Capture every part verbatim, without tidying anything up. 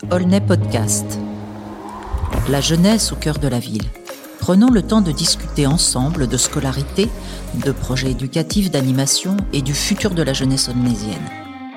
Aulnay Podcast. La jeunesse au cœur de la ville. Prenons le temps de discuter ensemble de scolarité, de projets éducatifs, d'animation et du futur de la jeunesse aulnaysienne.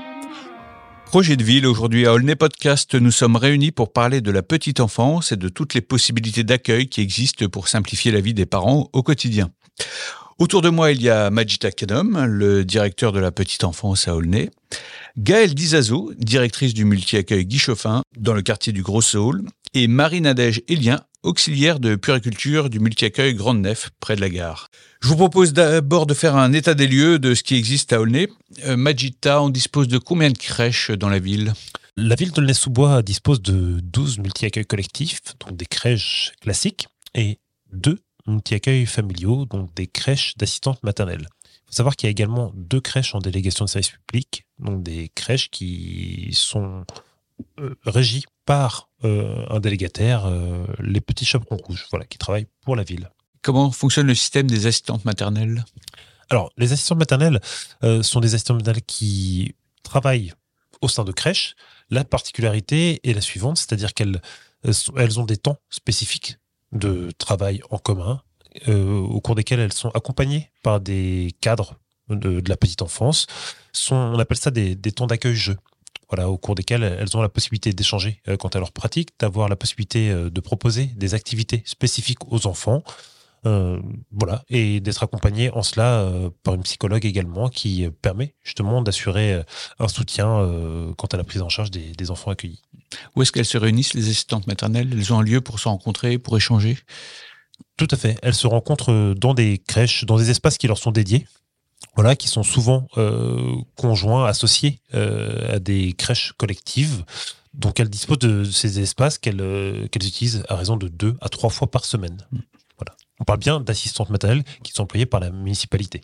Projet de ville, aujourd'hui à Aulnay Podcast, nous sommes réunis pour parler de la petite enfance et de toutes les possibilités d'accueil qui existent pour simplifier la vie des parents au quotidien. Autour de moi, il y a Majid Akadom, le directeur de la petite enfance à Aulnay, Gaëlle Dizazo, directrice du multi-accueil Guy Chauffin dans le quartier du Gros Saule, et Marie-Nadège Élien, auxiliaire de puériculture du multi-accueil Grande Nef, près de la gare. Je vous propose d'abord de faire un état des lieux de ce qui existe à Aulnay. Euh, Majida, on dispose de combien de crèches dans la ville ? La ville d'Aulnay-sous-Bois dispose de douze multi-accueils collectifs, donc des crèches classiques, et deux multi-accueils familiaux, donc des crèches d'assistantes maternelles. Il faut savoir qu'il y a également deux crèches en délégation de service public, donc des crèches qui sont euh, régies par euh, un délégataire, euh, les petits chaperons rouges, voilà, qui travaillent pour la ville. Comment fonctionne le système des assistantes maternelles ? Alors, les assistantes maternelles euh, sont des assistantes maternelles qui travaillent au sein de crèches. La particularité est la suivante, c'est-à-dire qu'elles elles ont des temps spécifiques de travail en commun, euh, au cours desquels elles sont accompagnées par des cadres de, de la petite enfance. Sont, on appelle ça des, des temps d'accueil-jeu. Voilà, au cours desquels elles ont la possibilité d'échanger euh, quant à leur pratique, d'avoir la possibilité euh, de proposer des activités spécifiques aux enfants, euh, voilà, et d'être accompagnées en cela euh, par une psychologue également qui euh, permet justement d'assurer euh, un soutien euh, quant à la prise en charge des, des enfants accueillis. Où est-ce qu'elles se réunissent, les assistantes maternelles ? Elles ont un lieu pour se rencontrer, pour échanger ? Tout à fait. Elles se rencontrent dans des crèches, dans des espaces qui leur sont dédiés. Voilà, qui sont souvent euh, conjoints, associés euh, à des crèches collectives. Donc, elles disposent de ces espaces qu'elles, euh, qu'elles utilisent à raison de deux à trois fois par semaine. Mmh. Voilà. On parle bien d'assistantes maternelles qui sont employées par la municipalité.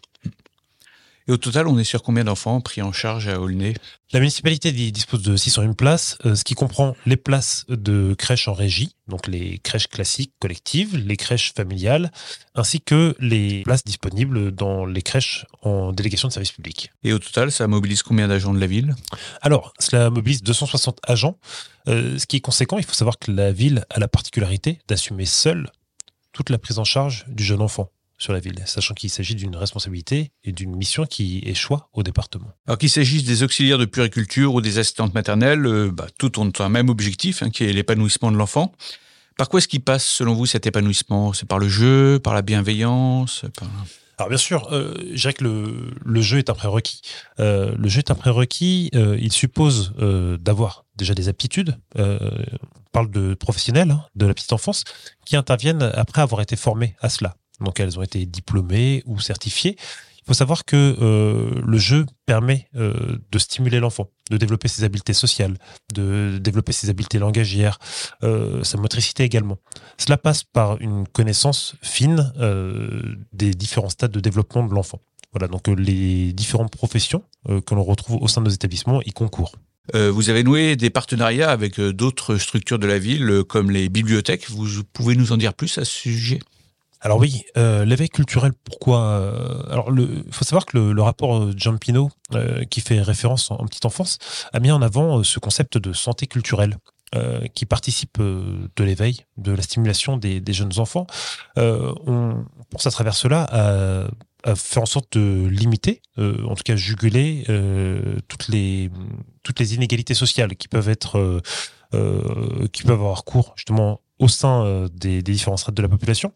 Et au total, on est sur combien d'enfants pris en charge à Aulnay ? La municipalité dispose de six cent une places, euh, ce qui comprend les places de crèches en régie, donc les crèches classiques collectives, les crèches familiales, ainsi que les places disponibles dans les crèches en délégation de service public. Et au total, ça mobilise combien d'agents de la ville ? Alors, cela mobilise deux cent soixante agents, euh, ce qui est conséquent. Il faut savoir que la ville a la particularité d'assumer seule toute la prise en charge du jeune enfant sur la ville, sachant qu'il s'agit d'une responsabilité et d'une mission qui échoit au département. Alors qu'il s'agisse des auxiliaires de puériculture ou des assistantes maternelles, euh, bah, tout ont un même objectif, hein, qui est l'épanouissement de l'enfant. Par quoi est-ce qu'il passe, selon vous, cet épanouissement ? C'est par le jeu, par la bienveillance par... Alors bien sûr, euh, je dirais que le, le jeu est un prérequis. Euh, le jeu est un prérequis, euh, il suppose euh, d'avoir déjà des aptitudes. Euh, on parle de professionnels, hein, de la petite enfance, qui interviennent après avoir été formés à cela. Donc elles ont été diplômées ou certifiées. Il faut savoir que euh, le jeu permet euh, de stimuler l'enfant, de développer ses habiletés sociales, de développer ses habiletés langagières, euh, sa motricité également. Cela passe par une connaissance fine euh, des différents stades de développement de l'enfant. Voilà, donc euh, les différentes professions euh, que l'on retrouve au sein de nos établissements y concourent. Euh, vous avez noué des partenariats avec euh, d'autres structures de la ville, euh, comme les bibliothèques. Vous pouvez nous en dire plus à ce sujet ? Alors oui, euh, l'éveil culturel, pourquoi euh, Alors, il faut savoir que le, le rapport Giampino, euh, qui fait référence en, en petite enfance, a mis en avant euh, ce concept de santé culturelle, euh, qui participe euh, de l'éveil, de la stimulation des, des jeunes enfants. Euh, on pense à travers cela à, à faire en sorte de limiter, euh, en tout cas juguler, euh, toutes les toutes les inégalités sociales qui peuvent être, euh, euh, qui peuvent avoir cours justement au sein euh, des, des différentes strates de la population.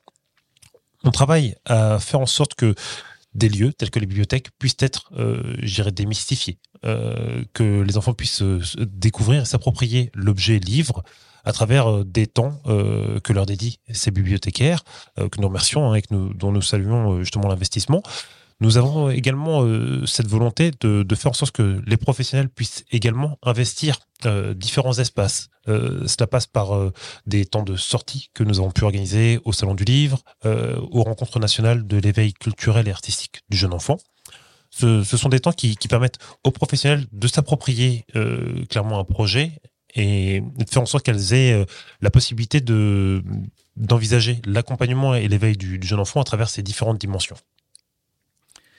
On travaille à faire en sorte que des lieux tels que les bibliothèques puissent être, euh, je dirais, démystifiés, euh, que les enfants puissent euh, découvrir et s'approprier l'objet livre à travers euh, des temps euh, que leur dédient ces bibliothécaires, euh, que nous remercions hein, et que nous, dont nous saluons euh, justement l'investissement. Nous avons également euh, cette volonté de, de faire en sorte que les professionnels puissent également investir euh, différents espaces. Euh, cela passe par euh, des temps de sortie que nous avons pu organiser au Salon du Livre, euh, aux rencontres nationales de l'éveil culturel et artistique du jeune enfant. Ce, ce sont des temps qui, qui permettent aux professionnels de s'approprier euh, clairement un projet et de faire en sorte qu'elles aient euh, la possibilité de, d'envisager l'accompagnement et l'éveil du, du jeune enfant à travers ces différentes dimensions.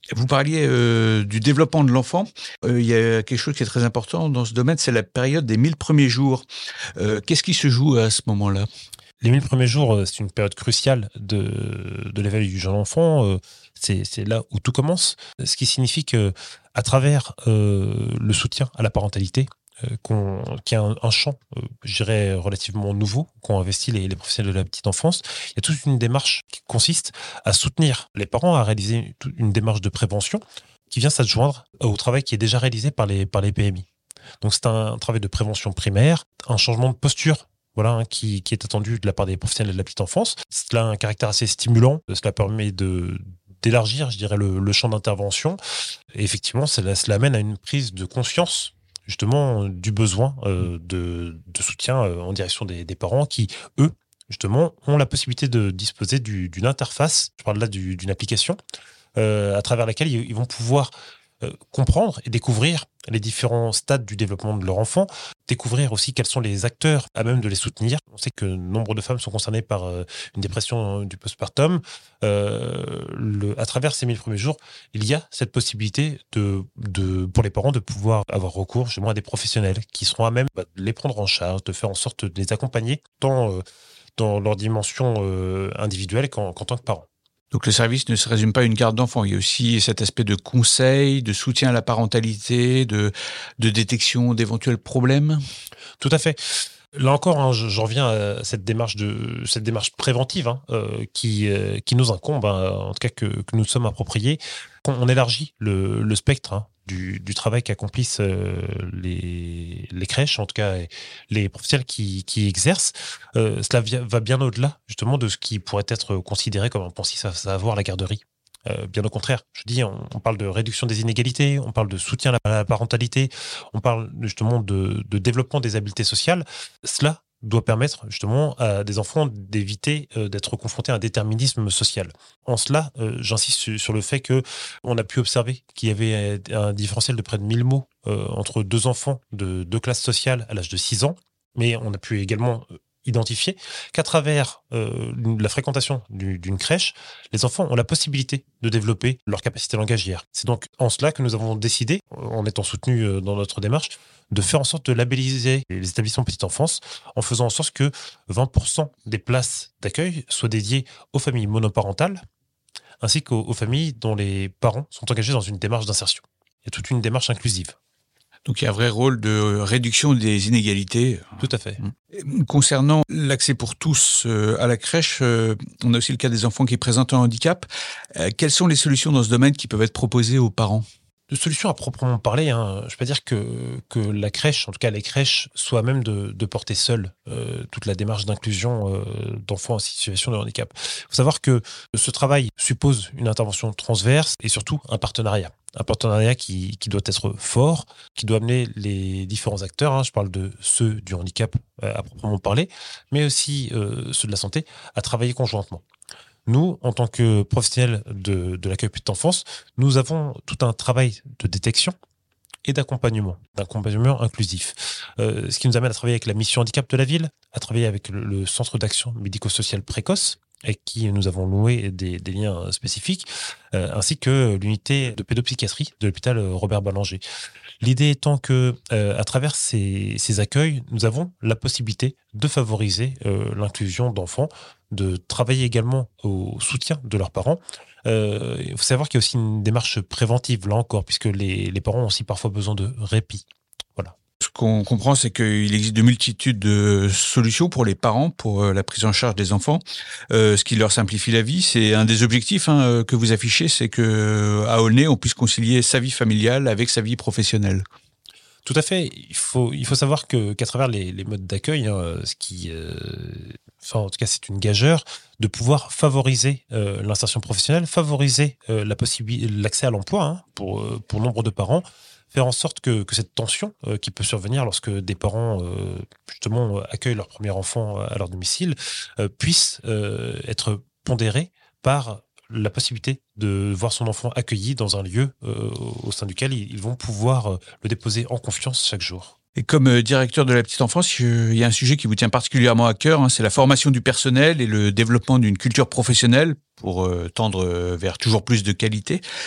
Vous parliez euh, du développement de l'enfant. Euh, il y a quelque chose qui est très important dans ce domaine, c'est la période des mille premiers jours. Euh, qu'est-ce qui se joue à ce moment-là ? Les mille premiers jours, c'est une période cruciale de, de l'éveil du jeune enfant. C'est, c'est là où tout commence. Ce qui signifie que, à travers euh, le soutien à la parentalité, euh, qu'on, qui est un, un champ, euh, je dirais, relativement nouveau, qu'ont investi les, les professionnels de la petite enfance, il y a toute une démarche qui consiste à soutenir les parents à réaliser une démarche de prévention qui vient s'adjoindre au travail qui est déjà réalisé par les, par les P M I. Donc c'est un, un travail de prévention primaire, un changement de posture Voilà, hein, qui, qui est attendu de la part des professionnels de la petite enfance. Cela a un caractère assez stimulant. Cela permet de, d'élargir, je dirais, le, le champ d'intervention. Et effectivement, cela, cela amène à une prise de conscience, justement, du besoin euh, de, de soutien euh, en direction des, des parents qui, eux, justement, ont la possibilité de disposer du, d'une interface, je parle là du, d'une application, euh, à travers laquelle ils, ils vont pouvoir euh, comprendre et découvrir les différents stades du développement de leur enfant, découvrir aussi quels sont les acteurs à même de les soutenir. On sait que nombre de femmes sont concernées par euh, une dépression du postpartum. Euh, le, à travers ces mille premiers jours, il y a cette possibilité de, de, pour les parents de pouvoir avoir recours justement à des professionnels qui seront à même bah, de les prendre en charge, de faire en sorte de les accompagner tant euh, dans leur dimension euh, individuelle qu'en, qu'en tant que parents. Donc le service ne se résume pas à une garde d'enfants, il y a aussi cet aspect de conseil, de soutien à la parentalité, de, de détection d'éventuels problèmes. Tout à fait. Là encore, hein, j'en reviens à cette démarche de cette démarche préventive hein, euh, qui euh, qui nous incombe, hein, en tout cas que, que nous sommes appropriés. On élargit le, le spectre hein, du, du travail qu'accomplissent euh, les les crèches, en tout cas les professionnels qui qui exercent. Euh, cela via, va bien au-delà justement de ce qui pourrait être considéré comme un pensif à savoir la garderie. Euh, bien au contraire, je dis, on, on parle de réduction des inégalités, on parle de soutien à la parentalité, on parle justement de, de développement des habiletés sociales. Cela doit permettre justement à des enfants d'éviter euh, d'être confrontés à un déterminisme social. En cela, euh, j'insiste sur, sur le fait que on a pu observer qu'il y avait un différentiel de près de mille mots euh, entre deux enfants de deux classes sociales à l'âge de six ans, mais on a pu également identifier qu'à travers euh, la fréquentation du, d'une crèche, les enfants ont la possibilité de développer leur capacité langagière. C'est donc en cela que nous avons décidé, en étant soutenus dans notre démarche, de faire en sorte de labelliser les établissements petite enfance en faisant en sorte que vingt pour cent des places d'accueil soient dédiées aux familles monoparentales ainsi qu'aux aux familles dont les parents sont engagés dans une démarche d'insertion. Il y a toute une démarche inclusive. Donc il y a un vrai rôle de réduction des inégalités. Tout à fait. Concernant l'accès pour tous à la crèche, on a aussi le cas des enfants qui présentent un handicap. Quelles sont les solutions dans ce domaine qui peuvent être proposées aux parents ? De solutions à proprement parler, hein, je ne peux pas dire que, que la crèche, en tout cas les crèches, soient même de, de porter seule euh, toute la démarche d'inclusion euh, d'enfants en situation de handicap. Il faut savoir que ce travail suppose une intervention transverse et surtout un partenariat. Un partenariat qui, qui doit être fort, qui doit amener les différents acteurs, hein, je parle de ceux du handicap euh, à proprement parler, mais aussi euh, ceux de la santé, à travailler conjointement. Nous, en tant que professionnels de, de l'accueil petite enfance, nous avons tout un travail de détection et d'accompagnement, d'accompagnement inclusif. Euh, ce qui nous amène à travailler avec la mission handicap de la ville, à travailler avec le, le centre d'action médico-sociale précoce, avec qui nous avons noué des, des liens spécifiques, euh, ainsi que l'unité de pédopsychiatrie de l'hôpital Robert Ballanger. L'idée étant que, euh, à travers ces, ces accueils, nous avons la possibilité de favoriser euh, l'inclusion d'enfants, de travailler également au soutien de leurs parents. Euh, il faut savoir qu'il y a aussi une démarche préventive, là encore, puisque les, les parents ont aussi parfois besoin de répit. Voilà. Ce qu'on comprend, c'est qu'il existe de multitudes de solutions pour les parents, pour la prise en charge des enfants, euh, ce qui leur simplifie la vie. C'est un des objectifs hein, que vous affichez, c'est qu'à Aulnay, on puisse concilier sa vie familiale avec sa vie professionnelle. Tout à fait. Il faut, il faut savoir que, qu'à travers les, les modes d'accueil, hein, ce qui, euh, enfin, en tout cas, c'est une gageure de pouvoir favoriser euh, l'insertion professionnelle, favoriser euh, la possibilité, l'accès à l'emploi hein, pour, pour nombre de parents, faire en sorte que, que cette tension euh, qui peut survenir lorsque des parents euh, justement accueillent leur premier enfant à leur domicile euh, puisse euh, être pondérée par la possibilité de voir son enfant accueilli dans un lieu euh, au sein duquel ils vont pouvoir euh, le déposer en confiance chaque jour. Et comme directeur de la petite enfance, il y a un sujet qui vous tient particulièrement à cœur, hein, c'est la formation du personnel et le développement d'une culture professionnelle pour euh, tendre vers toujours plus de qualité.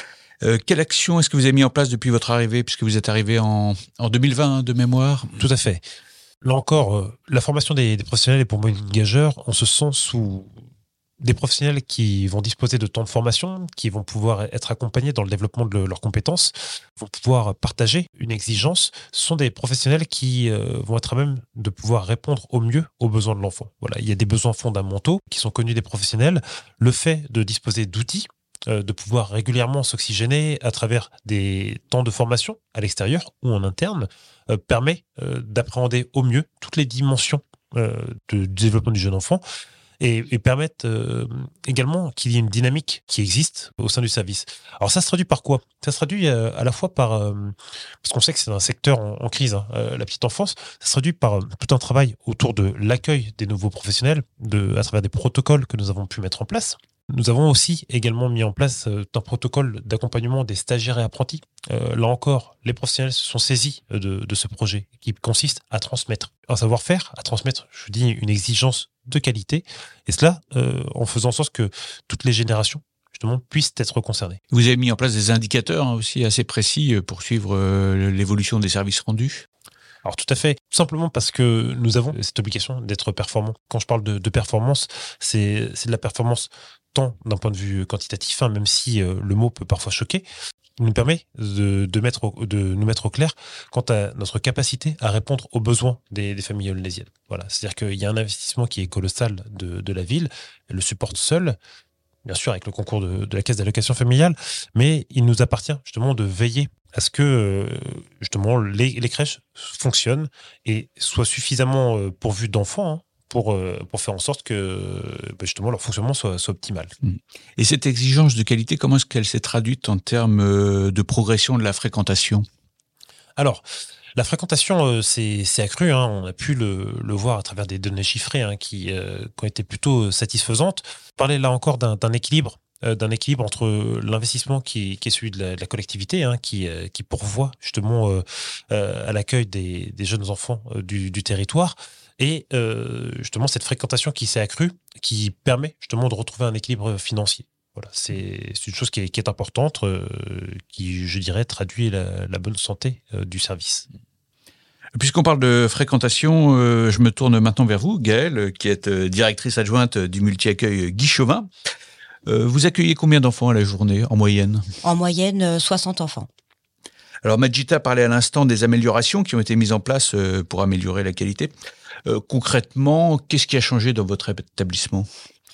Euh, quelle action est-ce que vous avez mis en place depuis votre arrivée, puisque vous êtes arrivé en, en deux mille vingt, hein, de mémoire? Tout à fait. Là encore, euh, la formation des, des professionnels est pour moi une gageure. On se sent sous des professionnels qui vont disposer de temps de formation, qui vont pouvoir être accompagnés dans le développement de leurs compétences, vont pouvoir partager une exigence. Ce sont des professionnels qui euh, vont être à même de pouvoir répondre au mieux aux besoins de l'enfant. Voilà, il y a des besoins fondamentaux qui sont connus des professionnels. Le fait de disposer d'outils, euh, de pouvoir régulièrement s'oxygéner à travers des temps de formation à l'extérieur ou en interne, euh, permet euh, d'appréhender au mieux toutes les dimensions euh, de, du développement du jeune enfant. Et, et permettent euh, également qu'il y ait une dynamique qui existe au sein du service. Alors ça se traduit par quoi? Ça se traduit euh, à la fois par, euh, parce qu'on sait que c'est un secteur en, en crise, hein, euh, la petite enfance, ça se traduit par euh, tout un travail autour de l'accueil des nouveaux professionnels, de, à travers des protocoles que nous avons pu mettre en place. Nous avons aussi également mis en place euh, un protocole d'accompagnement des stagiaires et apprentis. Euh, là encore, les professionnels se sont saisis de, de ce projet qui consiste à transmettre un savoir-faire, à transmettre, je dis, une exigence de qualité, et cela euh, en faisant en sorte que toutes les générations justement puissent être concernées. Vous avez mis en place des indicateurs, hein, aussi assez précis pour suivre euh, l'évolution des services rendus? Alors tout à fait, tout simplement parce que nous avons cette obligation d'être performants. Quand je parle de, de performance, c'est, c'est de la performance tant d'un point de vue quantitatif, hein, même si euh, le mot peut parfois choquer. Il nous permet de, de, mettre au, de nous mettre au clair quant à notre capacité à répondre aux besoins des, des familles holnésiennes. Voilà. C'est-à-dire qu'il y a un investissement qui est colossal de, de la ville, elle le supporte seule, bien sûr avec le concours de, de la caisse d'allocation familiale, mais il nous appartient justement de veiller à ce que justement les, les crèches fonctionnent et soient suffisamment pourvues d'enfants, hein, Pour, pour faire en sorte que justement leur fonctionnement soit, soit optimal. Et cette exigence de qualité, comment est-ce qu'elle s'est traduite en termes de progression de la fréquentation? Alors, la fréquentation s'est, s'est accrue, hein. On a pu le, le voir à travers des données chiffrées, hein, qui, euh, qui ont été plutôt satisfaisantes. Parler là encore d'un, d'un équilibre, euh, d'un équilibre entre l'investissement qui, qui est celui de la, de la collectivité, hein, qui, euh, qui pourvoit justement euh, euh, à l'accueil des, des jeunes enfants euh, du, du territoire, et euh, justement cette fréquentation qui s'est accrue, qui permet justement de retrouver un équilibre financier. Voilà, c'est, c'est une chose qui est, qui est importante, euh, qui, je dirais, traduit la, la bonne santé euh, du service. Puisqu'on parle de fréquentation, euh, je me tourne maintenant vers vous, Gaëlle, qui êtes directrice adjointe du multi-accueil Guy Chauvin. Euh, vous accueillez combien d'enfants à la journée, en moyenne? En moyenne, soixante enfants. Alors, Majita parlait à l'instant des améliorations qui ont été mises en place pour améliorer la qualité. Euh, concrètement, qu'est-ce qui a changé dans votre établissement?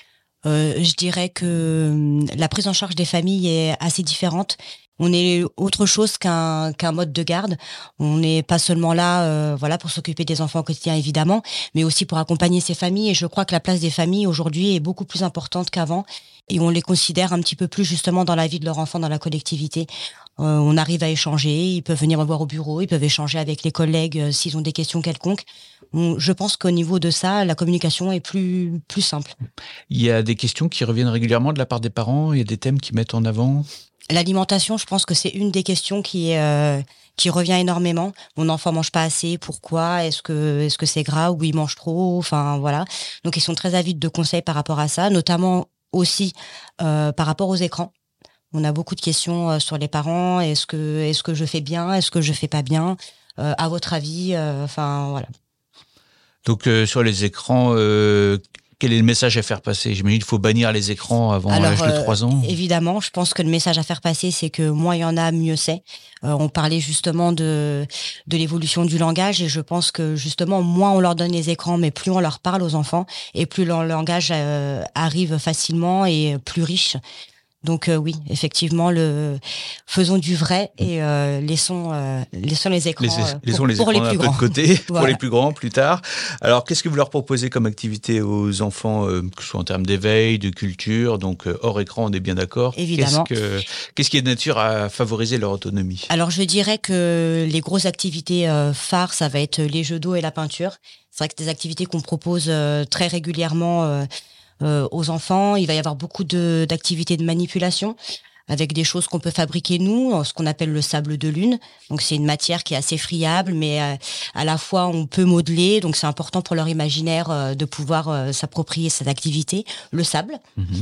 euh, Je dirais que la prise en charge des familles est assez différente. On est autre chose qu'un qu'un mode de garde. On n'est pas seulement là, euh, voilà, pour s'occuper des enfants au quotidien évidemment, mais aussi pour accompagner ces familles. Et je crois que la place des familles aujourd'hui est beaucoup plus importante qu'avant, et on les considère un petit peu plus justement dans la vie de leur enfant, dans la collectivité. Euh, on arrive à échanger. Ils peuvent venir me voir au bureau, ils peuvent échanger avec les collègues euh, s'ils ont des questions quelconques. On, je pense qu'au niveau de ça, la communication est plus plus simple. Il y a des questions qui reviennent régulièrement de la part des parents. Il y a des thèmes qui mettent en avant. L'alimentation, je pense que c'est une des questions qui euh, qui revient énormément. Mon enfant mange pas assez, pourquoi? Est-ce que est-ce que c'est grave ou il mange trop? Enfin voilà. Donc ils sont très avides de conseils par rapport à ça, notamment aussi euh, par rapport aux écrans. On a beaucoup de questions euh, sur les parents. Est-ce que est-ce que je fais bien? Est-ce que je fais pas bien? euh, À votre avis? Enfin euh, voilà. Donc euh, sur les écrans. Euh... Quel est le message à faire passer? J'imagine qu'il faut bannir les écrans avant Alors, l'âge de trois ans. Euh, évidemment, je pense que le message à faire passer, c'est que moins il y en a, mieux c'est. Euh, on parlait justement de de l'évolution du langage, et je pense que justement, moins on leur donne les écrans, mais plus on leur parle aux enfants, et plus leur langage euh, arrive facilement et plus riche. Donc euh, oui, effectivement, le faisons du vrai et euh, laissons euh, laissons les écrans Les, euh, pour, laissons les pour écrans les plus un grands. peu de côté, Voilà. Pour les plus grands plus tard. Alors, qu'est-ce que vous leur proposez comme activité aux enfants, euh, que ce soit en termes d'éveil, de culture, donc euh, hors écran, on est bien d'accord. Évidemment. Qu'est-ce, que, qu'est-ce qui est de nature à favoriser leur autonomie? Alors je dirais que les grosses activités euh, phares, ça va être les jeux d'eau et la peinture. C'est vrai que c'est des activités qu'on propose euh, très régulièrement euh, euh, aux enfants. Il va y avoir beaucoup de, d'activités de manipulation, avec des choses qu'on peut fabriquer nous, ce qu'on appelle le sable de lune. Donc c'est une matière qui est assez friable, mais euh, à la fois on peut modeler, donc c'est important pour leur imaginaire euh, de pouvoir euh, s'approprier cette activité. Le sable. Mmh.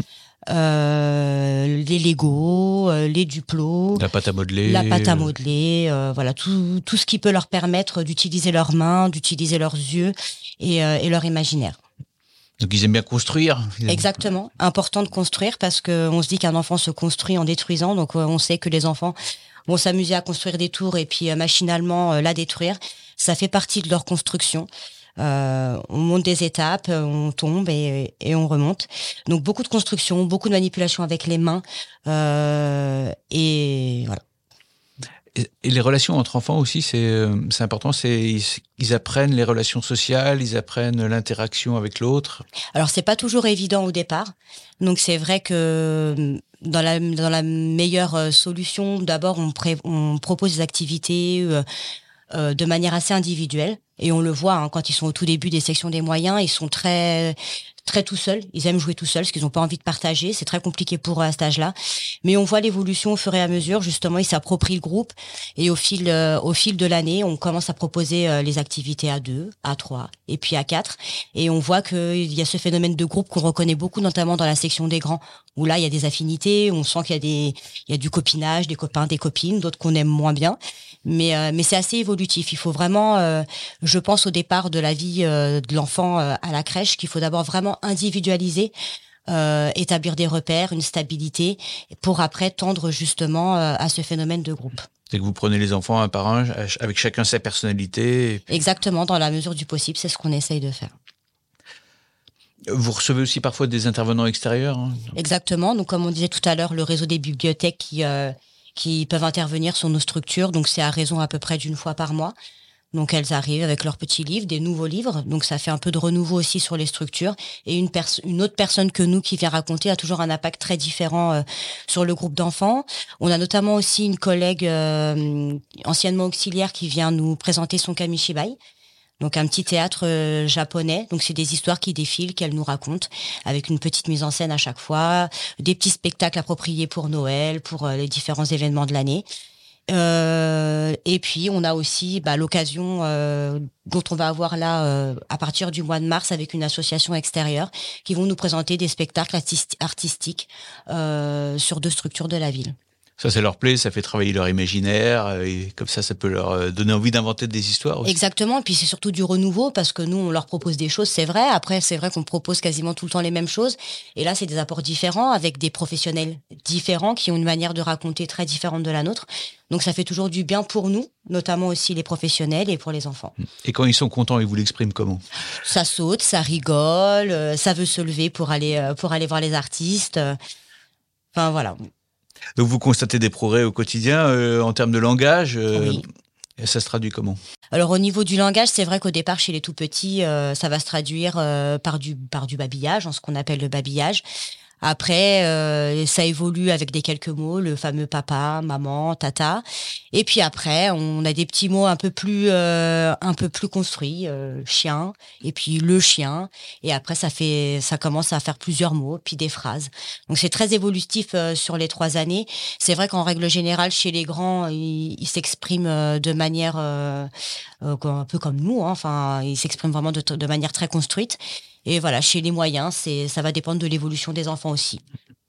euh, les Lego, euh, les Duplo, la pâte à modeler, la pâte à modeler, euh, voilà tout tout ce qui peut leur permettre d'utiliser leurs mains, d'utiliser leurs yeux et, euh, et leur imaginaire. Donc ils aiment bien construire. Exactement, important de construire parce que on se dit qu'un enfant se construit en détruisant, donc on sait que les enfants vont s'amuser à construire des tours et puis euh, machinalement euh, la détruire. Ça fait partie de leur construction. Euh, on monte des étapes, on tombe et, et on remonte. Donc beaucoup de construction, beaucoup de manipulation avec les mains euh, et voilà. Et, et les relations entre enfants aussi, c'est c'est important. C'est ils, ils apprennent les relations sociales, ils apprennent l'interaction avec l'autre. Alors c'est pas toujours évident au départ. Donc c'est vrai que dans la dans la meilleure solution, d'abord on, pré, on propose des activités euh, euh, de manière assez individuelle. Et on le voit hein, quand ils sont au tout début des sections des moyens, ils sont très très tout seuls. Ils aiment jouer tout seuls parce qu'ils n'ont pas envie de partager. C'est très compliqué pour eux à cet âge-là. Mais on voit l'évolution au fur et à mesure. Justement, ils s'approprient le groupe. Et au fil euh, au fil de l'année, on commence à proposer euh, les activités à deux, à trois et puis à quatre. Et on voit qu'il y a ce phénomène de groupe qu'on reconnaît beaucoup, notamment dans la section des grands, où là, il y a des affinités. On sent qu'il y a des il y a du copinage, des copains, des copines, d'autres qu'on aime moins bien. Mais euh, mais c'est assez évolutif. Il faut vraiment, euh, je pense au départ de la vie euh, de l'enfant euh, à la crèche, qu'il faut d'abord vraiment individualiser, euh, établir des repères, une stabilité, pour après tendre justement euh, à ce phénomène de groupe. C'est que vous prenez les enfants un par un, avec chacun sa personnalité. Et puis... Exactement, dans la mesure du possible, c'est ce qu'on essaye de faire. Vous recevez aussi parfois des intervenants extérieurs hein. Exactement, donc comme on disait tout à l'heure, le réseau des bibliothèques qui euh, qui peuvent intervenir sur nos structures, donc c'est à raison à peu près d'une fois par mois. Donc elles arrivent avec leurs petits livres, des nouveaux livres, donc ça fait un peu de renouveau aussi sur les structures. Et une, pers- une autre personne que nous qui vient raconter a toujours un impact très différent euh, sur le groupe d'enfants. On a notamment aussi une collègue euh, anciennement auxiliaire qui vient nous présenter son kamishibai. Donc un petit théâtre euh, japonais, donc c'est des histoires qui défilent, qu'elle nous raconte, avec une petite mise en scène à chaque fois, des petits spectacles appropriés pour Noël, pour euh, les différents événements de l'année. Euh, et puis on a aussi bah, l'occasion euh, dont on va avoir là euh, à partir du mois de mars avec une association extérieure qui vont nous présenter des spectacles artisti- artistiques euh, sur deux structures de la ville. Ça, ça leur plaît, ça fait travailler leur imaginaire et comme ça, ça peut leur donner envie d'inventer des histoires aussi. Exactement, et puis c'est surtout du renouveau parce que nous, on leur propose des choses, c'est vrai. Après, c'est vrai qu'on propose quasiment tout le temps les mêmes choses. Et là, c'est des apports différents avec des professionnels différents qui ont une manière de raconter très différente de la nôtre. Donc ça fait toujours du bien pour nous, notamment aussi les professionnels et pour les enfants. Et quand ils sont contents, ils vous l'expriment comment ? Ça saute, ça rigole, ça veut se lever pour aller, pour aller voir les artistes. Enfin, voilà. Donc vous constatez des progrès au quotidien euh, en termes de langage euh, Oui. Et ça se traduit comment ? Alors au niveau du langage, c'est vrai qu'au départ chez les tout petits, euh, ça va se traduire euh, par du par du babillage, en ce qu'on appelle le babillage. Après, euh, ça évolue avec des quelques mots, le fameux papa, maman, tata. Et puis après, on a des petits mots un peu plus, euh, un peu plus construits, euh, chien, et puis le chien. Et après, ça fait, ça commence à faire plusieurs mots, puis des phrases. Donc c'est très évolutif euh, sur les trois années. C'est vrai qu'en règle générale, chez les grands, ils, ils s'expriment euh, de manière euh, euh, un peu comme nous. Hein. Enfin, ils s'expriment vraiment de, de manière très construite. Et voilà, chez les moyens, c'est, ça va dépendre de l'évolution des enfants aussi.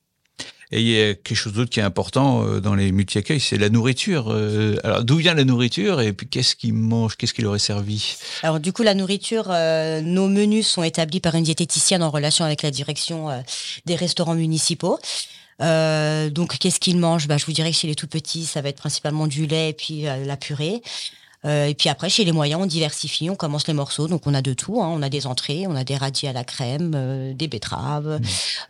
Et il y a quelque chose d'autre qui est important dans les multi-accueils, c'est la nourriture. Alors, d'où vient la nourriture et puis qu'est-ce qu'ils mangent, qu'est-ce qui leur est servi ? Alors du coup, la nourriture, euh, nos menus sont établis par une diététicienne en relation avec la direction euh, des restaurants municipaux. Euh, donc, qu'est-ce qu'ils mangent ? Bah, je vous dirais que chez les tout petits, ça va être principalement du lait et puis euh, la purée. Euh, et puis après, chez les moyens, on diversifie, on commence les morceaux. Donc, on a de tout. Hein. On a des entrées, on a des radis à la crème, euh, des betteraves. Mmh.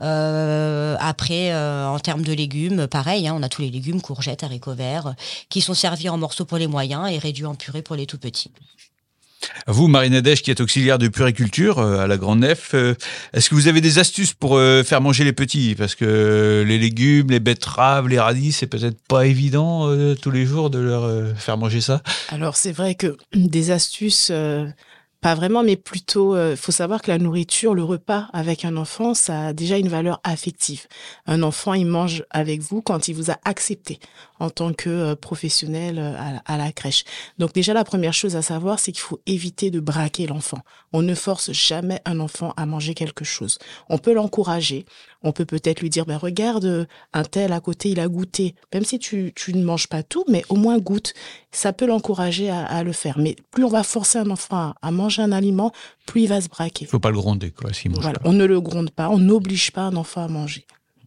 Euh, après, euh, en termes de légumes, pareil, hein, on a tous les légumes, courgettes, haricots verts, qui sont servis en morceaux pour les moyens et réduits en purée pour les tout petits. Vous, Marie Nadège, qui êtes auxiliaire de puriculture euh, à la Grande Nef, euh, est-ce que vous avez des astuces pour euh, faire manger les petits ? Parce que les légumes, les betteraves, les radis, c'est peut-être pas évident euh, tous les jours de leur euh, faire manger ça. Alors, c'est vrai que des astuces... Euh... Pas vraiment, mais plutôt, il euh, faut savoir que la nourriture, le repas avec un enfant, ça a déjà une valeur affective. Un enfant, il mange avec vous quand il vous a accepté en tant que euh, professionnel euh, à, à la crèche. Donc déjà, la première chose à savoir, c'est qu'il faut éviter de braquer l'enfant. On ne force jamais un enfant à manger quelque chose. On peut l'encourager, On peut peut-être lui dire, ben, regarde, un tel à côté, il a goûté. Même si tu, tu ne manges pas tout, mais au moins goûte. Ça peut l'encourager à, à le faire. Mais plus on va forcer un enfant à, à manger un aliment, plus il va se braquer. Il ne faut pas le gronder, quoi, s'il mange Voilà, pas. on ne le gronde pas, on n'oblige pas un enfant à manger.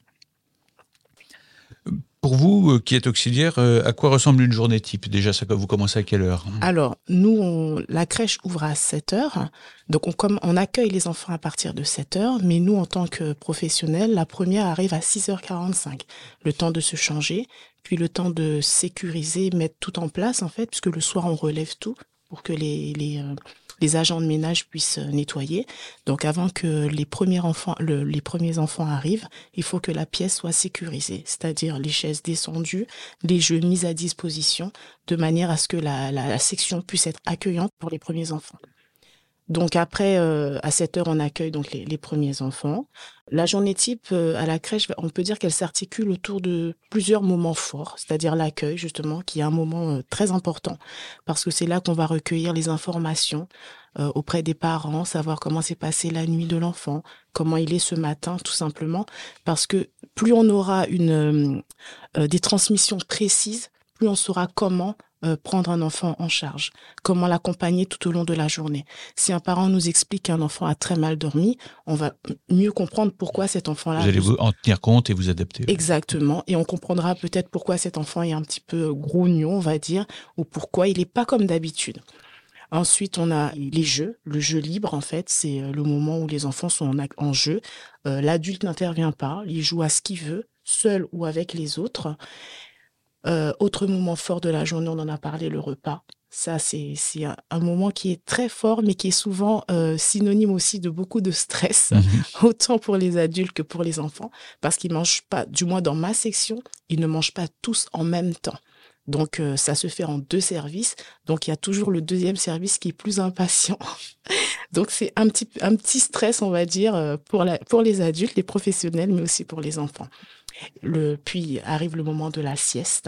Pour vous, qui êtes auxiliaire, à quoi ressemble une journée type? Déjà, ça, vous commencez à quelle heure? Alors, nous, on, la crèche ouvre à sept heures. Donc, on, comme, on accueille les enfants à partir de sept heures. Mais nous, en tant que professionnels, la première arrive à six heures quarante-cinq. Le temps de se changer, puis le temps de sécuriser, mettre tout en place, en fait, puisque le soir, on relève tout pour que les... les euh, les agents de ménage puissent nettoyer. Donc, avant que les premiers enfants, le, les premiers enfants arrivent, il faut que la pièce soit sécurisée, c'est-à-dire les chaises descendues, les jeux mis à disposition, de manière à ce que la, la, la section puisse être accueillante pour les premiers enfants. Donc après, euh, à sept heures, on accueille donc les, les premiers enfants. La journée type euh, à la crèche, on peut dire qu'elle s'articule autour de plusieurs moments forts, c'est-à-dire l'accueil justement, qui est un moment euh, très important, parce que c'est là qu'on va recueillir les informations euh, auprès des parents, savoir comment s'est passée la nuit de l'enfant, comment il est ce matin, tout simplement, parce que plus on aura une, euh, des transmissions précises, plus on saura comment Euh, prendre un enfant en charge, comment l'accompagner tout au long de la journée. Si un parent nous explique qu'un enfant a très mal dormi, on va mieux comprendre pourquoi cet enfant-là... Vous allez vous en tenir compte et vous adapter. Exactement, et on comprendra peut-être pourquoi cet enfant est un petit peu grognon, on va dire, ou pourquoi il n'est pas comme d'habitude. Ensuite, on a les jeux. Le jeu libre, en fait, c'est le moment où les enfants sont en, en jeu. Euh, l'adulte n'intervient pas, il joue à ce qu'il veut, seul ou avec les autres. Euh, autre moment fort de la journée, on en a parlé, le repas. Ça, c'est, c'est un, un moment qui est très fort, mais qui est souvent euh, synonyme aussi de beaucoup de stress, mmh. autant pour les adultes que pour les enfants, parce qu'ils ne mangent pas, du moins dans ma section, ils ne mangent pas tous en même temps. Donc, euh, ça se fait en deux services. Donc, il y a toujours le deuxième service qui est plus impatient. Donc, c'est un petit, un petit stress, on va dire, pour, la, pour les adultes, les professionnels, mais aussi pour les enfants. Le, puis arrive le moment de la sieste,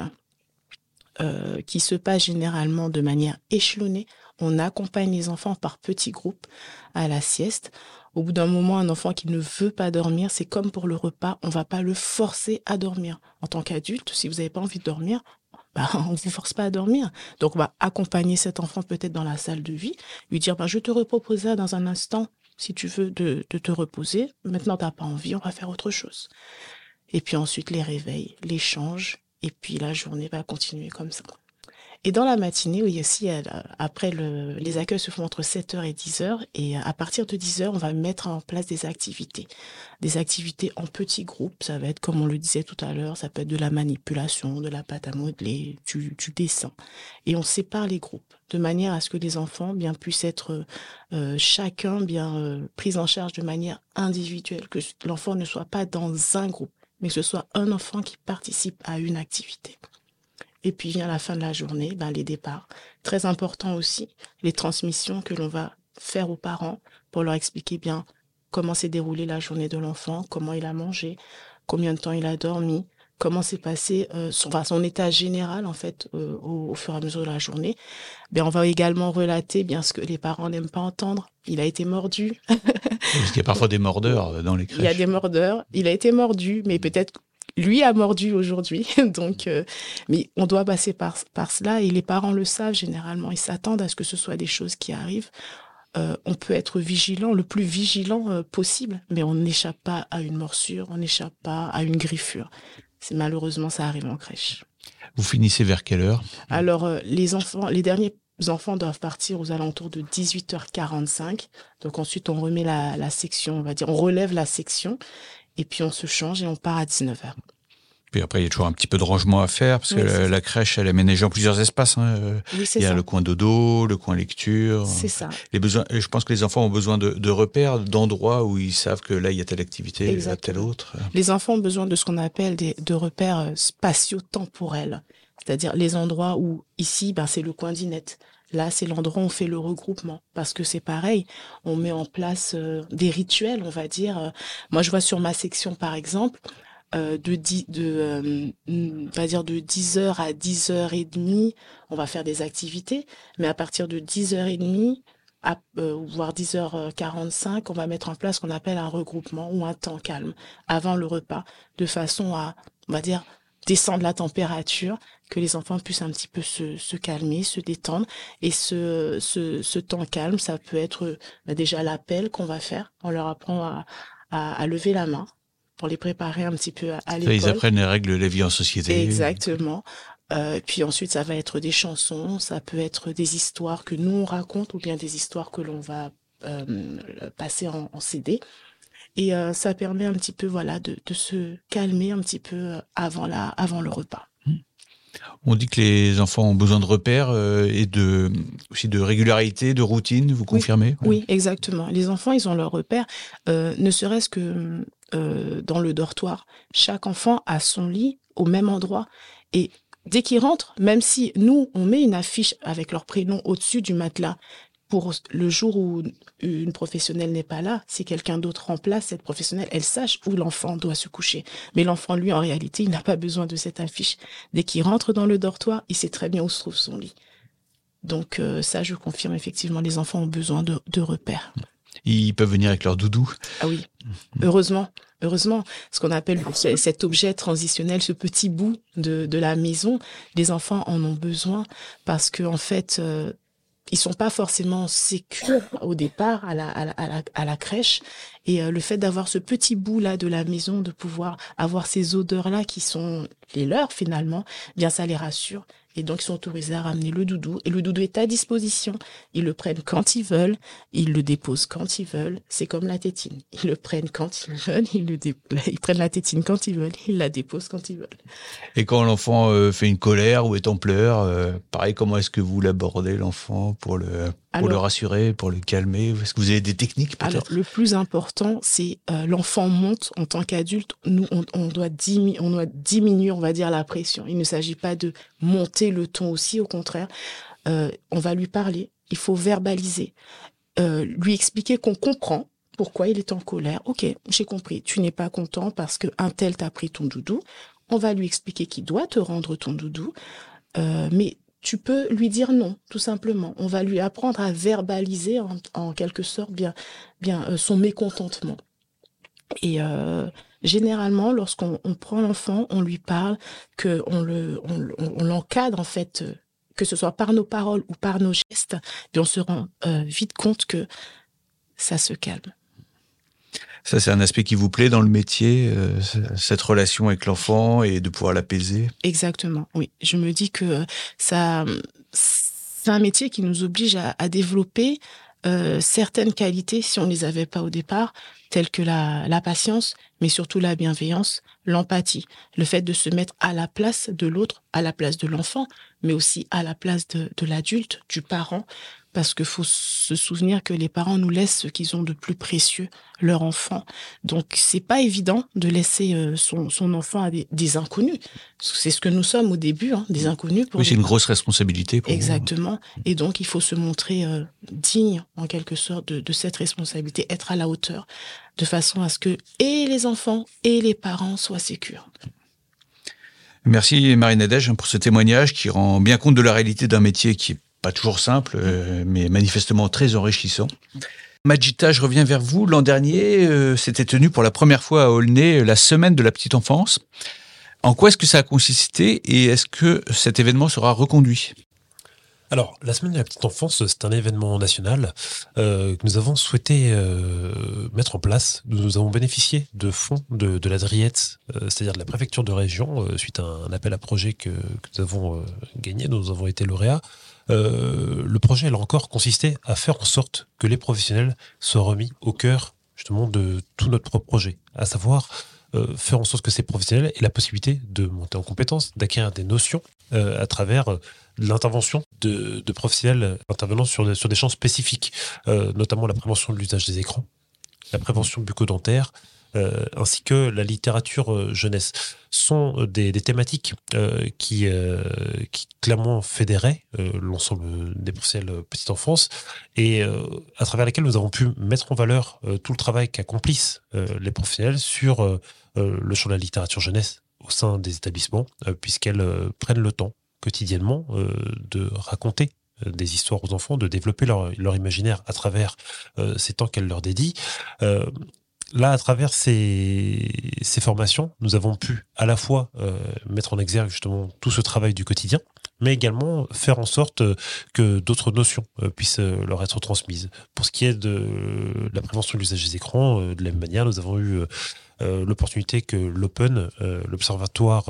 euh, qui se passe généralement de manière échelonnée. On accompagne les enfants par petits groupes à la sieste. Au bout d'un moment, un enfant qui ne veut pas dormir, c'est comme pour le repas, on ne va pas le forcer à dormir. En tant qu'adulte, si vous n'avez pas envie de dormir, bah, on ne vous force pas à dormir. Donc, on va accompagner cet enfant peut-être dans la salle de vie, lui dire bah, « je te reproposerai dans un instant, si tu veux, de, de te reposer. Maintenant, tu n'as pas envie, on va faire autre chose. » Et puis ensuite, les réveils, l'échange, et puis la journée va continuer comme ça. Et dans la matinée, oui, aussi, après, le, les accueils se font entre sept heures et dix heures, et à partir de dix heures, on va mettre en place des activités. Des activités en petits groupes, ça va être, comme on le disait tout à l'heure, ça peut être de la manipulation, de la pâte à modeler, du, du dessin. Et on sépare les groupes, de manière à ce que les enfants bien, puissent être euh, chacun bien euh, pris en charge de manière individuelle, que l'enfant ne soit pas dans un groupe, mais que ce soit un enfant qui participe à une activité. Et puis vient la fin de la journée, ben, les départs. Très important aussi, les transmissions que l'on va faire aux parents pour leur expliquer bien comment s'est déroulée la journée de l'enfant, comment il a mangé, combien de temps il a dormi, comment s'est passé euh, son, enfin, son état général en fait euh, au, au fur et à mesure de la journée. Ben, on va également relater bien ce que les parents n'aiment pas entendre. Il a été mordu. Parce qu'il y a parfois des mordeurs dans les crèches. Il y a des mordeurs. Il a été mordu, mais peut-être lui a mordu aujourd'hui. Donc, euh, mais on doit passer par, par cela et les parents le savent généralement. Ils s'attendent à ce que ce soit des choses qui arrivent. Euh, on peut être vigilant, le plus vigilant euh, possible, mais on n'échappe pas à une morsure, on n'échappe pas à une griffure. C'est, malheureusement, ça arrive en crèche. Vous finissez vers quelle heure? Alors, euh, les enfants, les derniers enfants doivent partir aux alentours de dix-huit heures quarante-cinq. Donc ensuite, on remet la, la section, on va dire, on relève la section et puis on se change et on part à dix-neuf heures. Puis après, il y a toujours un petit peu de rangement à faire, parce que oui, la, la crèche, elle est aménagée en plusieurs espaces. Hein. Oui, c'est il y a ça. Le coin dodo, le coin lecture. C'est ça. Les besoins, je pense que les enfants ont besoin de, de repères, d'endroits où ils savent que là, il y a telle activité, là, telle autre. Les enfants ont besoin de ce qu'on appelle des, de repères spatio-temporels. C'est-à-dire les endroits où, ici, ben, c'est le coin dinette. Là, c'est l'endroit où on fait le regroupement. Parce que c'est pareil, on met en place euh, des rituels, on va dire. Moi, je vois sur ma section, par exemple, Euh, de dix, de, euh, on va dire de dix heures à dix heures trente, on va faire des activités, mais à partir de dix heures trente, à, euh, voire dix heures quarante-cinq, on va mettre en place ce qu'on appelle un regroupement ou un temps calme avant le repas, de façon à, on va dire, descendre la température, que les enfants puissent un petit peu se, se calmer, se détendre. Et ce, ce, ce temps calme, ça peut être bah, déjà l'appel qu'on va faire. On leur apprend à, à, à lever la main pour les préparer un petit peu à, à l'école. Ils apprennent les règles de la vie en société. Exactement. Euh, puis ensuite, ça va être des chansons, ça peut être des histoires que nous on raconte ou bien des histoires que l'on va euh, passer en, en C D. Et euh, ça permet un petit peu, voilà, de, de se calmer un petit peu avant la, avant le repas. On dit que les enfants ont besoin de repères euh, et de, aussi de régularité, de routine, vous confirmez? Oui, oui, exactement. Les enfants, ils ont leurs repères, euh, ne serait-ce que euh, dans le dortoir. Chaque enfant a son lit au même endroit. Et dès qu'ils rentrent, même si nous, on met une affiche avec leur prénom au-dessus du matelas, pour le jour où une professionnelle n'est pas là, si quelqu'un d'autre remplace cette professionnelle, elle sache où l'enfant doit se coucher. Mais l'enfant, lui, en réalité, il n'a pas besoin de cette affiche. Dès qu'il rentre dans le dortoir, il sait très bien où se trouve son lit. Donc euh, ça, je confirme, effectivement, les enfants ont besoin de, de repères. Ils peuvent venir avec leur doudou. Ah oui, heureusement. Heureusement, ce qu'on appelle cet objet transitionnel, ce petit bout de, de la maison, les enfants en ont besoin parce que en fait... Euh, ils sont pas forcément sécures au départ à la, à la, à la, à la crèche. Et euh, le fait d'avoir ce petit bout-là de la maison, de pouvoir avoir ces odeurs-là qui sont les leurs finalement, bien ça les rassure. Et donc, ils sont autorisés à ramener le doudou. Et le doudou est à disposition. Ils le prennent quand ils veulent. Ils le déposent quand ils veulent. C'est comme la tétine. Ils le prennent quand ils veulent. Ils, le dé... ils prennent la tétine quand ils veulent. Ils la déposent quand ils veulent. Et quand l'enfant euh, fait une colère ou est en pleurs, euh, pareil, comment est-ce que vous l'abordez, l'enfant, pour le... Pour Alors, le rassurer, pour le calmer? Est-ce que vous avez des techniques peut-être? Alors, le plus important, c'est euh, l'enfant monte en tant qu'adulte. Nous, on, on, doit diminu- on doit diminuer, on va dire, la pression. Il ne s'agit pas de monter le ton aussi, au contraire. Euh, on va lui parler, il faut verbaliser, euh, lui expliquer qu'on comprend pourquoi il est en colère. Ok, j'ai compris, tu n'es pas content parce qu'un tel t'a pris ton doudou. On va lui expliquer qu'il doit te rendre ton doudou, euh, mais tu peux lui dire non, tout simplement. On va lui apprendre à verbaliser en, en quelque sorte bien, bien euh, son mécontentement. Et euh, généralement, lorsqu'on on prend l'enfant, on lui parle, que on le, on, on l'encadre en fait, euh, que ce soit par nos paroles ou par nos gestes, puis on se rend euh, vite compte que ça se calme. Ça, c'est un aspect qui vous plaît dans le métier, euh, cette relation avec l'enfant et de pouvoir l'apaiser? Exactement, oui. Je me dis que ça, c'est un métier qui nous oblige à, à développer euh, certaines qualités, si on ne les avait pas au départ, telles que la, la patience, mais surtout la bienveillance, l'empathie, le fait de se mettre à la place de l'autre, à la place de l'enfant, mais aussi à la place de, de l'adulte, du parent, parce qu'il faut se souvenir que les parents nous laissent ce qu'ils ont de plus précieux, leur enfant. Donc, c'est pas évident de laisser euh, son, son enfant à des, des inconnus. C'est ce que nous sommes au début, hein, des inconnus. Pour oui, c'est une grosse responsabilité pour Exactement. vous. Et donc, il faut se montrer euh, digne, en quelque sorte, de, de cette responsabilité, être à la hauteur, de façon à ce que et les enfants et les parents soient sécures. Merci Marie-Nadège pour ce témoignage qui rend bien compte de la réalité d'un métier qui est pas toujours simple, euh, mais manifestement très enrichissant. Majida, je reviens vers vous. L'an dernier, euh, s'était tenue pour la première fois à Aulnay la semaine de la petite enfance. En quoi est-ce que ça a consisté et est-ce que cet événement sera reconduit? Alors, la semaine de la petite enfance, c'est un événement national euh, que nous avons souhaité euh, mettre en place. Nous avons bénéficié de fonds de, de la Driette, euh, c'est-à-dire de la préfecture de région, euh, suite à un appel à projet que, que nous avons euh, gagné, nous avons été lauréats. Euh, le projet, là encore, consistait à faire en sorte que les professionnels soient remis au cœur, justement, de tout notre projet, à savoir euh, faire en sorte que ces professionnels aient la possibilité de monter en compétences, d'acquérir des notions euh, à travers euh, l'intervention de, de professionnels intervenant sur des, sur des champs spécifiques, euh, notamment la prévention de l'usage des écrans, la prévention bucco-dentaire, euh, ainsi que la littérature euh, jeunesse. Sont des, des thématiques euh, qui, euh, qui clairement fédéraient euh, l'ensemble des professionnels petite enfance et euh, à travers lesquels nous avons pu mettre en valeur euh, tout le travail qu'accomplissent euh, les professionnels sur euh, le champ de la littérature jeunesse au sein des établissements, euh, puisqu'elles euh, prennent le temps quotidiennement euh, de raconter des histoires aux enfants, de développer leur, leur imaginaire à travers euh, ces temps qu'elle leur dédie. Euh, là, à travers ces, ces formations, nous avons pu à la fois euh, mettre en exergue justement tout ce travail du quotidien, mais également faire en sorte que d'autres notions puissent leur être transmises. Pour ce qui est de la prévention de l'usage des écrans, de la même manière, nous avons eu euh, l'opportunité que l'Open, euh, l'Observatoire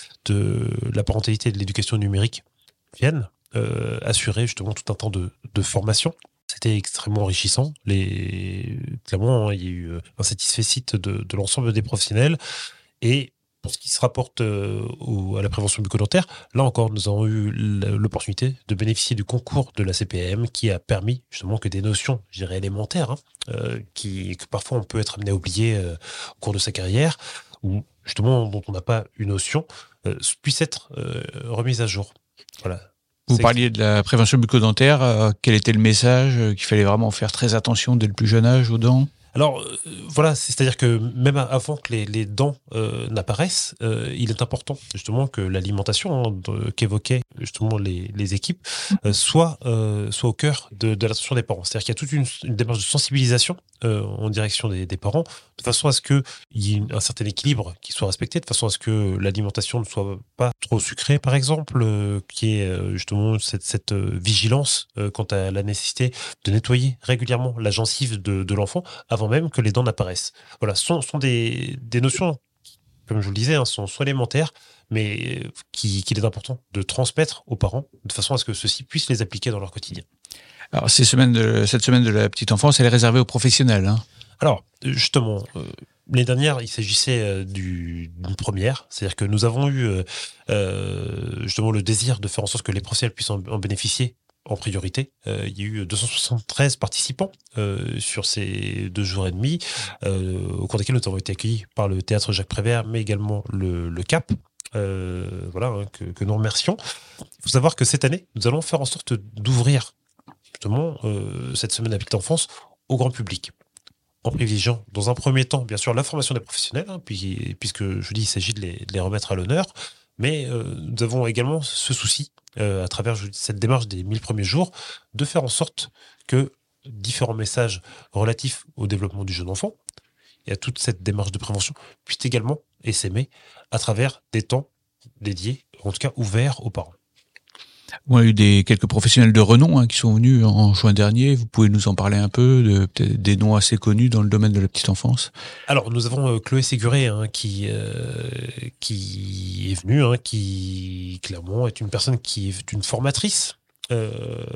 de la parentalité et de l'éducation numérique, vienne euh, assurer justement tout un temps de, de formation. C'était extrêmement enrichissant. Les... Clairement, il y a eu un satisfecit de, de l'ensemble des professionnels. Et pour ce qui se rapporte euh, au, à la prévention bucco-dentaire, là encore, nous avons eu l'opportunité de bénéficier du concours de la C P M qui a permis justement que des notions, je dirais élémentaires, hein, euh, qui, que parfois on peut être amené à oublier euh, au cours de sa carrière, ou justement dont on n'a pas une notion, euh, puissent être euh, remises à jour. Voilà. Vous C'est parliez de la prévention bucco-dentaire. Euh, quel était le message euh, qu'il fallait vraiment faire très attention dès le plus jeune âge aux dents? Alors, euh, voilà, c'est-à-dire que même avant que les, les dents euh, n'apparaissent, euh, il est important justement que l'alimentation hein, de- qu'évoquaient justement les, les équipes euh, soit, euh, soit au cœur de, de l'attention des parents. C'est-à-dire qu'il y a toute une, une démarche de sensibilisation euh, en direction des, des parents, de façon à ce qu'il y ait un certain équilibre qui soit respecté, de façon à ce que l'alimentation ne soit pas trop sucrée, par exemple, euh, qu'il y ait euh, justement cette, cette euh, vigilance euh, quant à la nécessité de nettoyer régulièrement la gencive de, de l'enfant avant même que les dents n'apparaissent. Voilà, ce sont, sont des, des notions, comme je vous le disais, hein, sont, sont élémentaires, mais qui- qu'il est important de transmettre aux parents de façon à ce que ceux-ci puissent les appliquer dans leur quotidien. Alors, ces semaines de, cette semaine de la petite enfance, elle est réservée aux professionnels. Hein. Alors, justement, euh, l'année dernière, il s'agissait euh, du- d'une première, c'est-à-dire que nous avons eu euh, euh, justement le désir de faire en sorte que les professionnels puissent en, en bénéficier en priorité. Euh, il y a eu deux cent soixante-treize participants euh, sur ces deux jours et demi, euh, au cours desquels nous avons été accueillis par le Théâtre Jacques Prévert, mais également le, le C A P, euh, voilà, hein, que, que nous remercions. Il faut savoir que cette année, nous allons faire en sorte d'ouvrir justement euh, cette semaine de la petite enfance au grand public, en privilégiant dans un premier temps, bien sûr, la formation des professionnels, hein, puis, puisque je dis il s'agit de les, de les remettre à l'honneur, mais euh, nous avons également ce souci, euh, à travers je dis, cette démarche des mille premiers jours, de faire en sorte que différents messages relatifs au développement du jeune enfant et à toute cette démarche de prévention puissent également essaimer à travers des temps dédiés, en tout cas ouverts aux parents. On a eu des, quelques professionnels de renom hein, qui sont venus en juin dernier. Vous pouvez nous en parler un peu, de, peut-être des noms assez connus dans le domaine de la petite enfance? Alors, nous avons euh, Chloé Séguré hein, qui, euh, qui est venue, hein, qui clairement est une personne qui est une formatrice euh,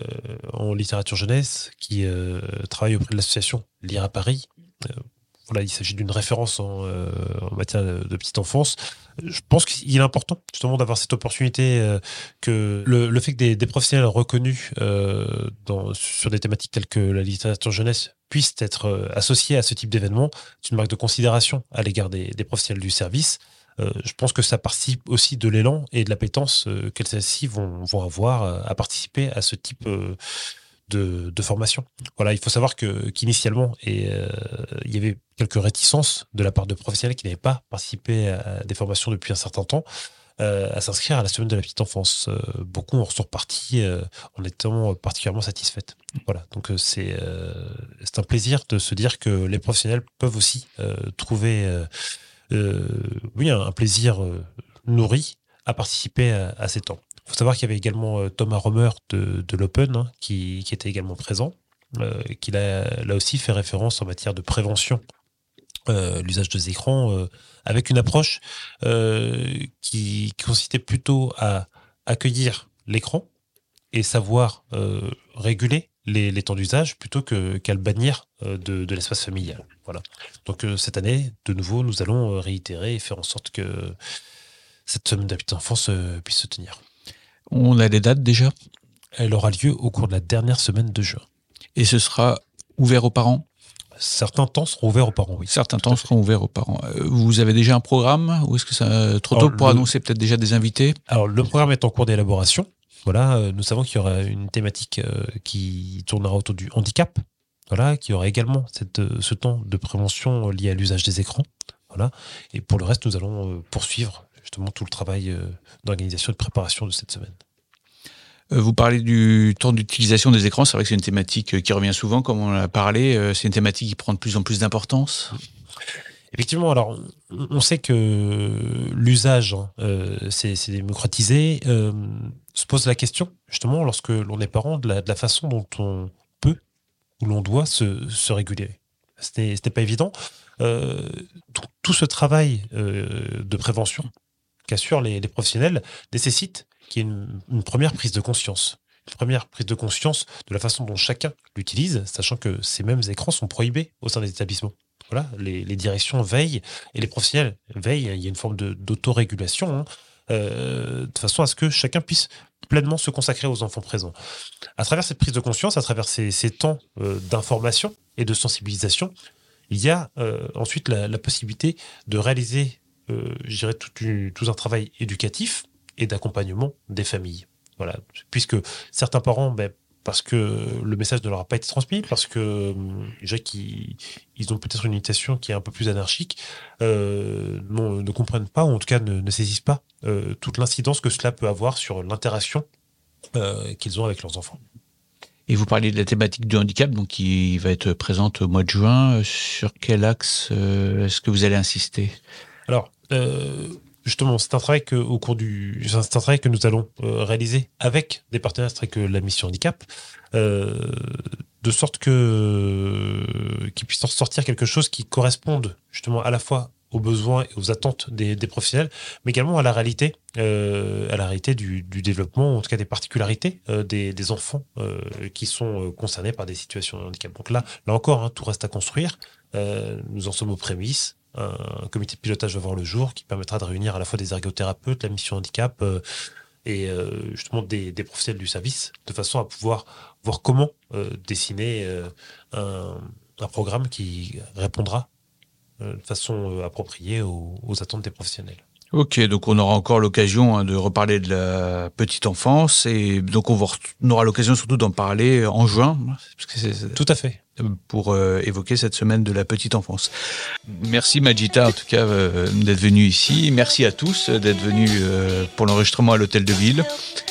en littérature jeunesse, qui euh, travaille auprès de l'association Lire à Paris. Euh, voilà, il s'agit d'une référence en, euh, en matière de, de petite enfance. Je pense qu'il est important justement d'avoir cette opportunité, euh, que le, le fait que des, des professionnels reconnus euh, dans, sur des thématiques telles que la littérature jeunesse puissent être euh, associés à ce type d'événement, c'est une marque de considération à l'égard des, des professionnels du service. Euh, je pense que ça participe aussi de l'élan et de l'appétence euh, qu'elles-ci vont, vont avoir euh, à participer à ce type euh, de, de formation. Voilà, il faut savoir que qu'initialement, et euh, il y avait quelques réticences de la part de professionnels qui n'avaient pas participé à des formations depuis un certain temps, euh, à s'inscrire à la semaine de la petite enfance. Euh, beaucoup en sont repartis euh, en étant particulièrement satisfaites. Voilà, donc euh, c'est euh, c'est un plaisir de se dire que les professionnels peuvent aussi euh, trouver euh, euh, oui, un, un plaisir euh, nourri à participer à, à ces temps. Il faut savoir qu'il y avait également euh, Thomas Romer de, de l'Open hein, qui, qui était également présent, euh, qui a là aussi fait référence en matière de prévention, euh, l'usage des écrans, euh, avec une approche euh, qui, qui consistait plutôt à accueillir l'écran et savoir euh, réguler les, les temps d'usage plutôt que, qu'à le bannir euh, de, de l'espace familial. Voilà. Donc euh, cette année, de nouveau, nous allons euh, réitérer et faire en sorte que cette semaine de la petite enfance euh, puisse se tenir. On a des dates déjà? Elle aura lieu au cours de la dernière semaine de juin. Et ce sera ouvert aux parents? Certains temps seront ouverts aux parents, oui. Certains temps seront ouverts aux parents. Euh, Vous avez déjà un programme? Ou est-ce que c'est trop tôt Alors, pour le- annoncer peut-être déjà des invités? Alors, le programme est en cours d'élaboration. Voilà, euh, nous savons qu'il y aura une thématique euh, qui tournera autour du handicap. Voilà, qu'il y aura également cette, euh, ce temps de prévention lié à l'usage des écrans. Voilà. Et pour le reste, nous allons euh, poursuivre justement tout le travail euh, d'organisation et de préparation de cette semaine. Vous parlez du temps d'utilisation des écrans. C'est vrai que c'est une thématique qui revient souvent, comme on en a parlé. C'est une thématique qui prend de plus en plus d'importance. Effectivement, alors on sait que l'usage euh, c'est, c'est démocratisé. Euh, se pose la question, justement, lorsque l'on est parent, de la, de la façon dont on peut ou l'on doit se, se réguler. C'était, c'était pas évident. Euh, tout, tout ce travail euh, de prévention qu'assurent les, les professionnels nécessite qu'il y ait une, une première prise de conscience. Une première prise de conscience de la façon dont chacun l'utilise, sachant que ces mêmes écrans sont prohibés au sein des établissements. Voilà, les, les directions veillent et les professionnels veillent. Il y a une forme de, d'autorégulation, hein, euh, de façon à ce que chacun puisse pleinement se consacrer aux enfants présents. À travers cette prise de conscience, à travers ces, ces temps euh, d'information et de sensibilisation, il y a euh, ensuite la, la possibilité de réaliser, euh, je dirais, tout, une, tout un travail éducatif et d'accompagnement des familles. Voilà, puisque certains parents, ben, parce que le message ne leur a pas été transmis, parce que je dirais qu'ils ils ont peut-être une éducation qui est un peu plus anarchique, euh, non, ne comprennent pas, ou en tout cas ne, ne saisissent pas euh, toute l'incidence que cela peut avoir sur l'interaction euh, qu'ils ont avec leurs enfants. Et vous parliez de la thématique du handicap, donc qui va être présente au mois de juin. Sur quel axe euh, est-ce que vous allez insister ? Alors, euh, justement, c'est un travail que, au cours du, c'est un travail que nous allons euh, réaliser avec des partenaires tels que la Mission Handicap, euh, de sorte que euh, qu'il puisse en sortir quelque chose qui corresponde justement à la fois aux besoins et aux attentes des, des professionnels, mais également à la réalité, euh, à la réalité du, du développement, en tout cas des particularités euh, des, des enfants euh, qui sont euh, concernés par des situations de handicap. Donc là, là encore, hein, tout reste à construire. Euh, nous en sommes aux prémices. Un comité de pilotage va voir le jour qui permettra de réunir à la fois des ergothérapeutes, la Mission Handicap euh, et euh, justement des, des professionnels du service, de façon à pouvoir voir comment euh, dessiner euh, un, un programme qui répondra euh, de façon euh, appropriée aux, aux attentes des professionnels. Ok, donc on aura encore l'occasion hein, de reparler de la petite enfance et donc on, va, on aura l'occasion surtout d'en parler en juin. Parce que c'est, c'est... Tout à fait. Pour euh, évoquer cette semaine de la petite enfance. Merci Majita en tout cas euh, d'être venu ici. Merci à tous d'être venus euh, pour l'enregistrement à l'Hôtel de Ville.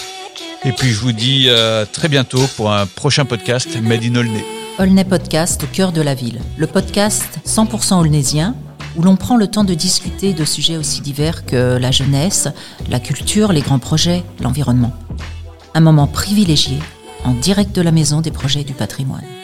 Et puis je vous dis euh, très bientôt pour un prochain podcast Made in Aulnay. Aulnay Podcast au cœur de la ville. Le podcast cent pour cent aulnaysien où l'on prend le temps de discuter de sujets aussi divers que la jeunesse, la culture, les grands projets, l'environnement. Un moment privilégié en direct de la Maison des projets du patrimoine.